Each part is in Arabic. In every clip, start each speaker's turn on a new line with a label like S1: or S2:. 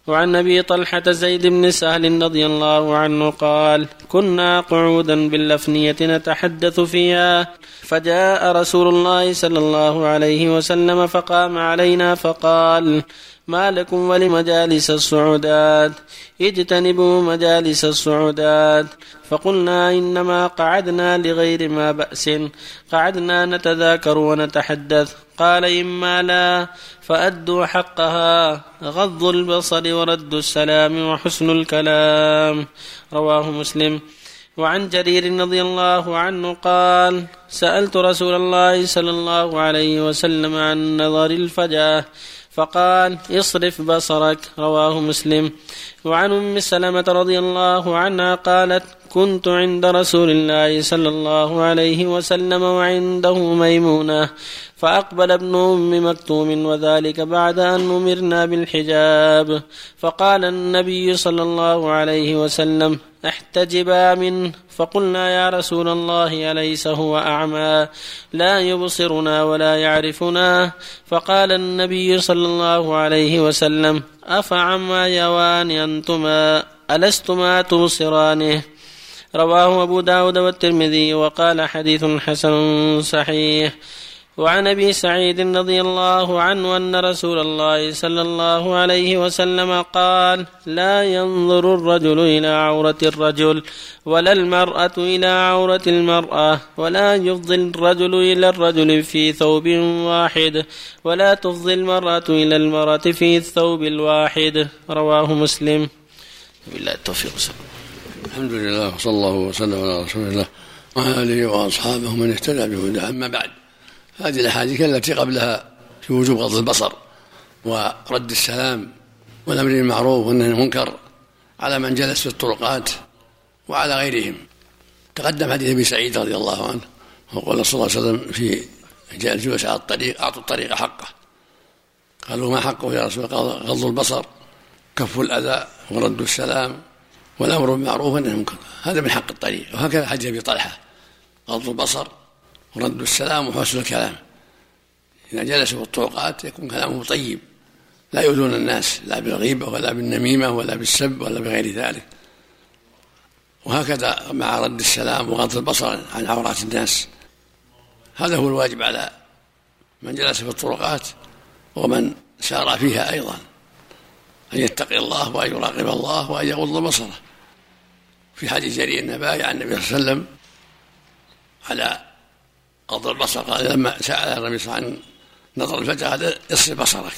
S1: وعن أبي طلحة زيد بن سهل رضي الله عنه قال: كنا قعودا بالأفنية نتحدث فيها، فجاء رسول الله صلى الله عليه وسلم فقام علينا فقال: ما لكم ولمجالس الصعودات؟ اجتنبوا مجالس الصعودات. فقلنا: إنما قعدنا لغير ما بأس، قعدنا نتذاكر ونتحدث. قال: إما لا، فأدوا حقها، غض البصر ورد السلام وحسن الكلام. رواه مسلم. وعن جرير رضي الله عنه قال: سألت رسول الله صلى الله عليه وسلم عن نظر الفجاه فقال: اصرف بصرك. رواه مسلم. وعن أم سلمة رضي الله عنها قالت: كنت عند رسول الله صلى الله عليه وسلم وعنده ميمونة، فأقبل ابن أم مكتوم، وذلك بعد أن أمرنا بالحجاب، فقال النبي صلى الله عليه وسلم: احتجبا منه. فقلنا: يا رسول الله أليس هو أعمى لا يبصرنا ولا يعرفنا؟ فقال النبي صلى الله عليه وسلم: أفعميان أنتما ألستما تبصرانه؟ رواه أبو داود والترمذي وقال: حديث حسن صحيح. وعن أبي سعيد رضي الله عنه أن رسول الله صلى الله عليه وسلم قال: لا ينظر الرجل إلى عورة الرجل، ولا المرأة إلى عورة المرأة، ولا يفضي الرجل إلى الرجل في ثوب واحد، ولا تفضي المرأة إلى المرأة في الثوب الواحد. رواه مسلم. بالله التوفيق.
S2: الحمد لله، وصلى الله وسلم على رسول الله وعلى آله وأصحابه من اهتدى بهداه. أما بعد، هذه الأحاديث التي قبلها في وجوب غض البصر ورد السلام والأمر بالمعروف والنهي عن المنكر على من جلس في الطرقات وعلى غيرهم. تقدم حديث أبي سعيد رضي الله عنه، وقال صلى الله عليه وسلم في الجلوس على الطريق: أعطوا الطريق حقه. قالوا: ما حقه يا رسول الله؟ قال: غض البصر، كف الأذى، ورد السلام، والأمر بالمعروف والنهي عن المنكر. هذا من حق الطريق. وهكذا حديث أبي طلحة: غض البصر ورد السلام وحسن الكلام. إذا جلسوا في الطرقات يكون كلامه طيب، لا يؤذون الناس لا بالغيبة ولا بالنميمة ولا بالسب ولا بغير ذلك. وهكذا مع رد السلام وغض البصر عن عورات الناس. هذا هو الواجب على من جلس في الطرقات ومن سار فيها أيضا، أن يتقي الله وأن يراقب الله وأن يغض بصره. في حديث جرير أنه بايع النبي صلى الله عليه وسلم على غض البصر. قال: لما سأل النبي صلى الله عليه وسلم عن نظر الفجأة قال: اصرف بصرك.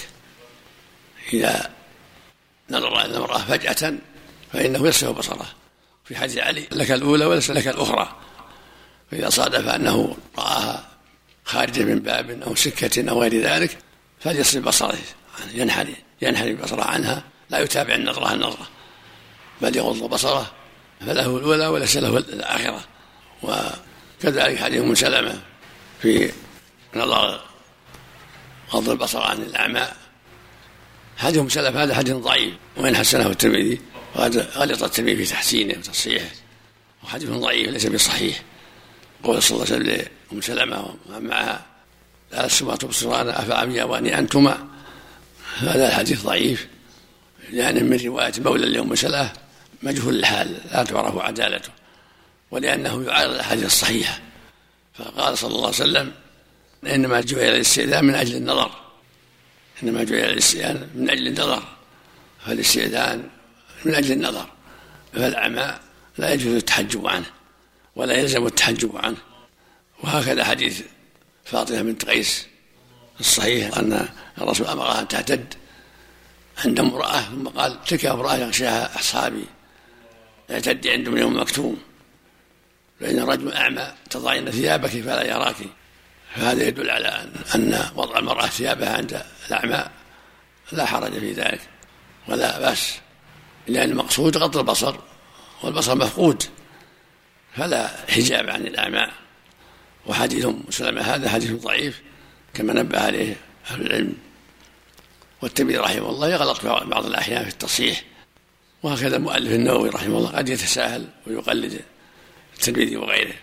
S2: إذا نظر إلى المرأة فجأة فإنه يصرف بصره. في حديث علي: لك الأولى وليس لك الأخرى. فإذا صادف أنه رآها خارجة من باب أو سكة أو غير ذلك فليصرف بصره، ينحني بصره عنها، لا يتابع النظرة بل يغض بصره، فله الأولى وليس له الآخرة. وكذلك حديث أم سلمة في نظر غض البصر عن الأعمى. حديث أم سلمة هذا حديث ضعيف، وإن حسنه الترمذي، وهذا غلط الترمذي في تحسينه وتصحيحه، وحديث ضعيف ليس بصحيح. قول صلى الله عليه وسلم لأم سلمة ومعها: ألستما تبصران أفعميان أنتما؟ هذا الحديث ضعيف، لأن من رواية مولى لأم سلمة مجهول الحال لا تعرف عدالته، ولأنه يعارض الأحاديث الصحيحة. فقال صلى الله عليه وسلم: إنما جعل الاستئذان من أجل النظر، إنما جعل الاستئذان من أجل النظر، فالاستئذان من أجل النظر، فالأعمى لا يجوز التحجب عنه ولا يلزم التحجب عنه. وهكذا حديث فاطمة بنت قيس الصحيح أن الرسول أمرها أن تعتد عند امرأة، ثم قال: تلك امرأة يغشاها أصحابي اعتدي عند ابن أم مكتوم، فإن الرجل أعمى تضعين ثيابك فلا يراك. فهذا يدل على أن وضع المرأة ثيابها عند الأعمى لا حرج في ذلك ولا بأس، لأن المقصود غض البصر، والبصر مفقود فلا حجاب عن الأعمى. وحديث أم سلمة هذا حديث ضعيف كما نبه عليه أهل العلم. والترمذي رحمه الله يغلط في بعض الأحيان في التصحيح، وهكذا المؤلف النووي رحمه الله قد يتساهل ويقلد الترمذي وغيره.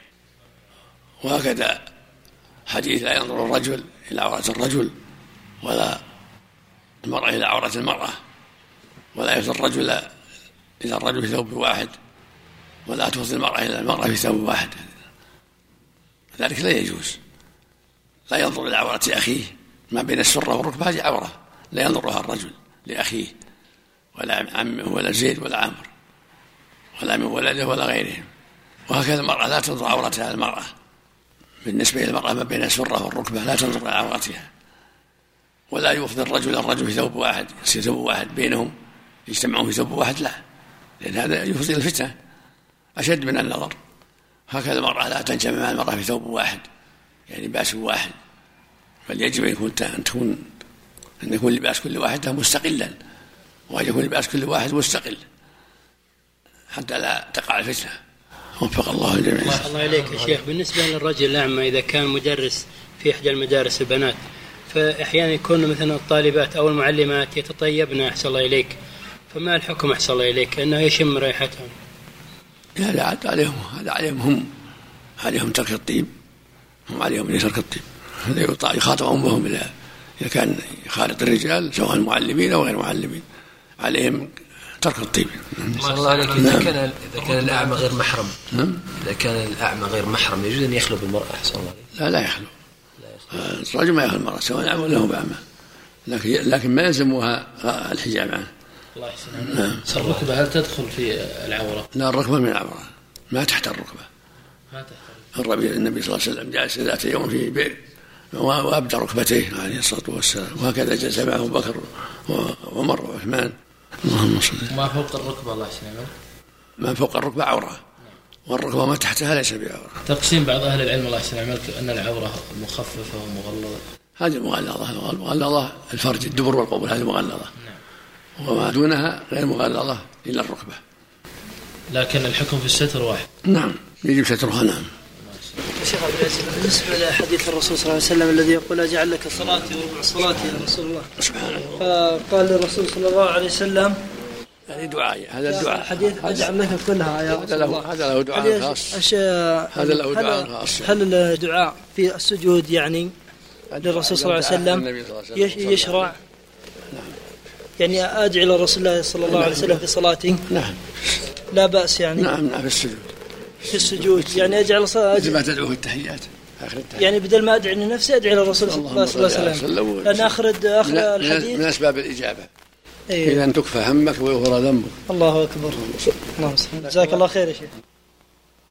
S2: وهكذا حديث: لا ينظر الرجل إلى عورة الرجل ولا المرأة إلى عورة المرأة، ولا يفضي الرجل إلى الرجل في ثوب واحد، ولا تفضي المرأة إلى المرأة في ثوب واحد، ذلك لا يجوز. لا ينظر إلى عورة أخيه، ما بين السرة والركبة هذه عورة لا ينظرها الرجل لأخيه ولا عمه ولا زيد ولا عمرو ولا من ولده ولا غيرهم. وهكذا المرأة لا تنظر عورتها المرأة، بالنسبة إلى المرأة ما بين السرة والركبة لا تنظر إلى عورتها. ولا يفضي الرجل في ثوب واحد، يصير ثوب واحد بينهم يجتمعون في ثوب واحد، لا، لأن هذا يفضي الفتنة أشد من النظر. هكذا المرأة لا تنجمع مع المرأة في ثوب واحد، يعني لباس واحد، بل يجب أن يكون لباس كل واحد مستقلا، وأن يكون لباس كل واحد مستقل حتى لا تقع الفتنة. وفق الله الجميع.
S3: الله عليك يا شيخ. بالنسبة للرجل الأعمى إذا كان مدرس في إحدى المدارس البنات، فأحيانا يكون مثلا الطالبات أو المعلمات يتطيبن أحسن الله إليك، فما الحكم أحسن الله إليك أنه يشم رائحتهم؟
S2: هذا عليهم ترك الطيب، هم عليهم أن ترك الطيب. هذا يخاطب أمهم إذا كان يخالط الرجال سواء معلمين أو غير معلمين، عليهم ترك الطيب.
S4: صلى الله عليك. إذا كان الأعمى غير محرم، إذا كان الأعمى غير محرم يجوز أن يخلو بالمرأة أحسن الله عليك؟
S2: لا يخلو. الرجل ما يخلو المرأة سواء أعمى ولا هو بأعمى، لكن ما يلزمها الحجاب عنه.
S3: الله يحسن. الركبة هل تدخل في العورة؟
S2: لا، الركبة من العورة، ما تحت الركبة. النبي صلى الله عليه وسلم جالس ذات يوم في بئر وأبدى ركبتيه عليه الصلاة والسلام، وهكذا جلس معه أبو بكر وعمر وعثمان. اللهم صل.
S3: ما فوق الركبة الله يسلمك؟
S2: ما فوق الركبة عورة، والركبة ما تحتها ليس بعورة.
S3: تقسيم بعض أهل العلم الله يسلمك أن العورة مخففة ومغلظة.
S2: هذه مغلظة الفرج الدبر والقبول، هذه مغلظة. وما دونها غير مغلظة إلا الركبة.
S3: لكن الحكم في الستر واحد.
S2: نعم، يجب سترها. نعم.
S5: شيخ عبد العزيز، بالنسبة لحديث الرسول صلى الله عليه وسلم الذي يقول أجعل لك صلاتي وربع صلاتي يا رسول الله، فقال للرسول صلى الله عليه وسلم
S2: هذا دعاء، هذا الدعاء
S5: حديث أجعل لك كلها يا رسول الله،
S2: هذا له دعاء خاص. هذا له دعاء خاص.
S5: هل الدعاء في السجود يعني للرسول صلى الله عليه وسلم يشرع؟ يعني أدعي لرسول الله صلى الله عليه وسلم في صلاتي؟
S2: نعم،
S5: لا بأس يعني.
S2: نعم، في السجود
S5: يعني أجعل
S2: مثل ما تدعو في التحيات،
S5: يعني بدل ما أدعي لنفسي أدعي للرسول صلى الله عليه وسلم، لأن آخر الحديث
S2: من أسباب الإجابة. إذا تكفى همك ويغفر ذنبك.
S5: الله أكبر. جزاك الله خير يا شيخ.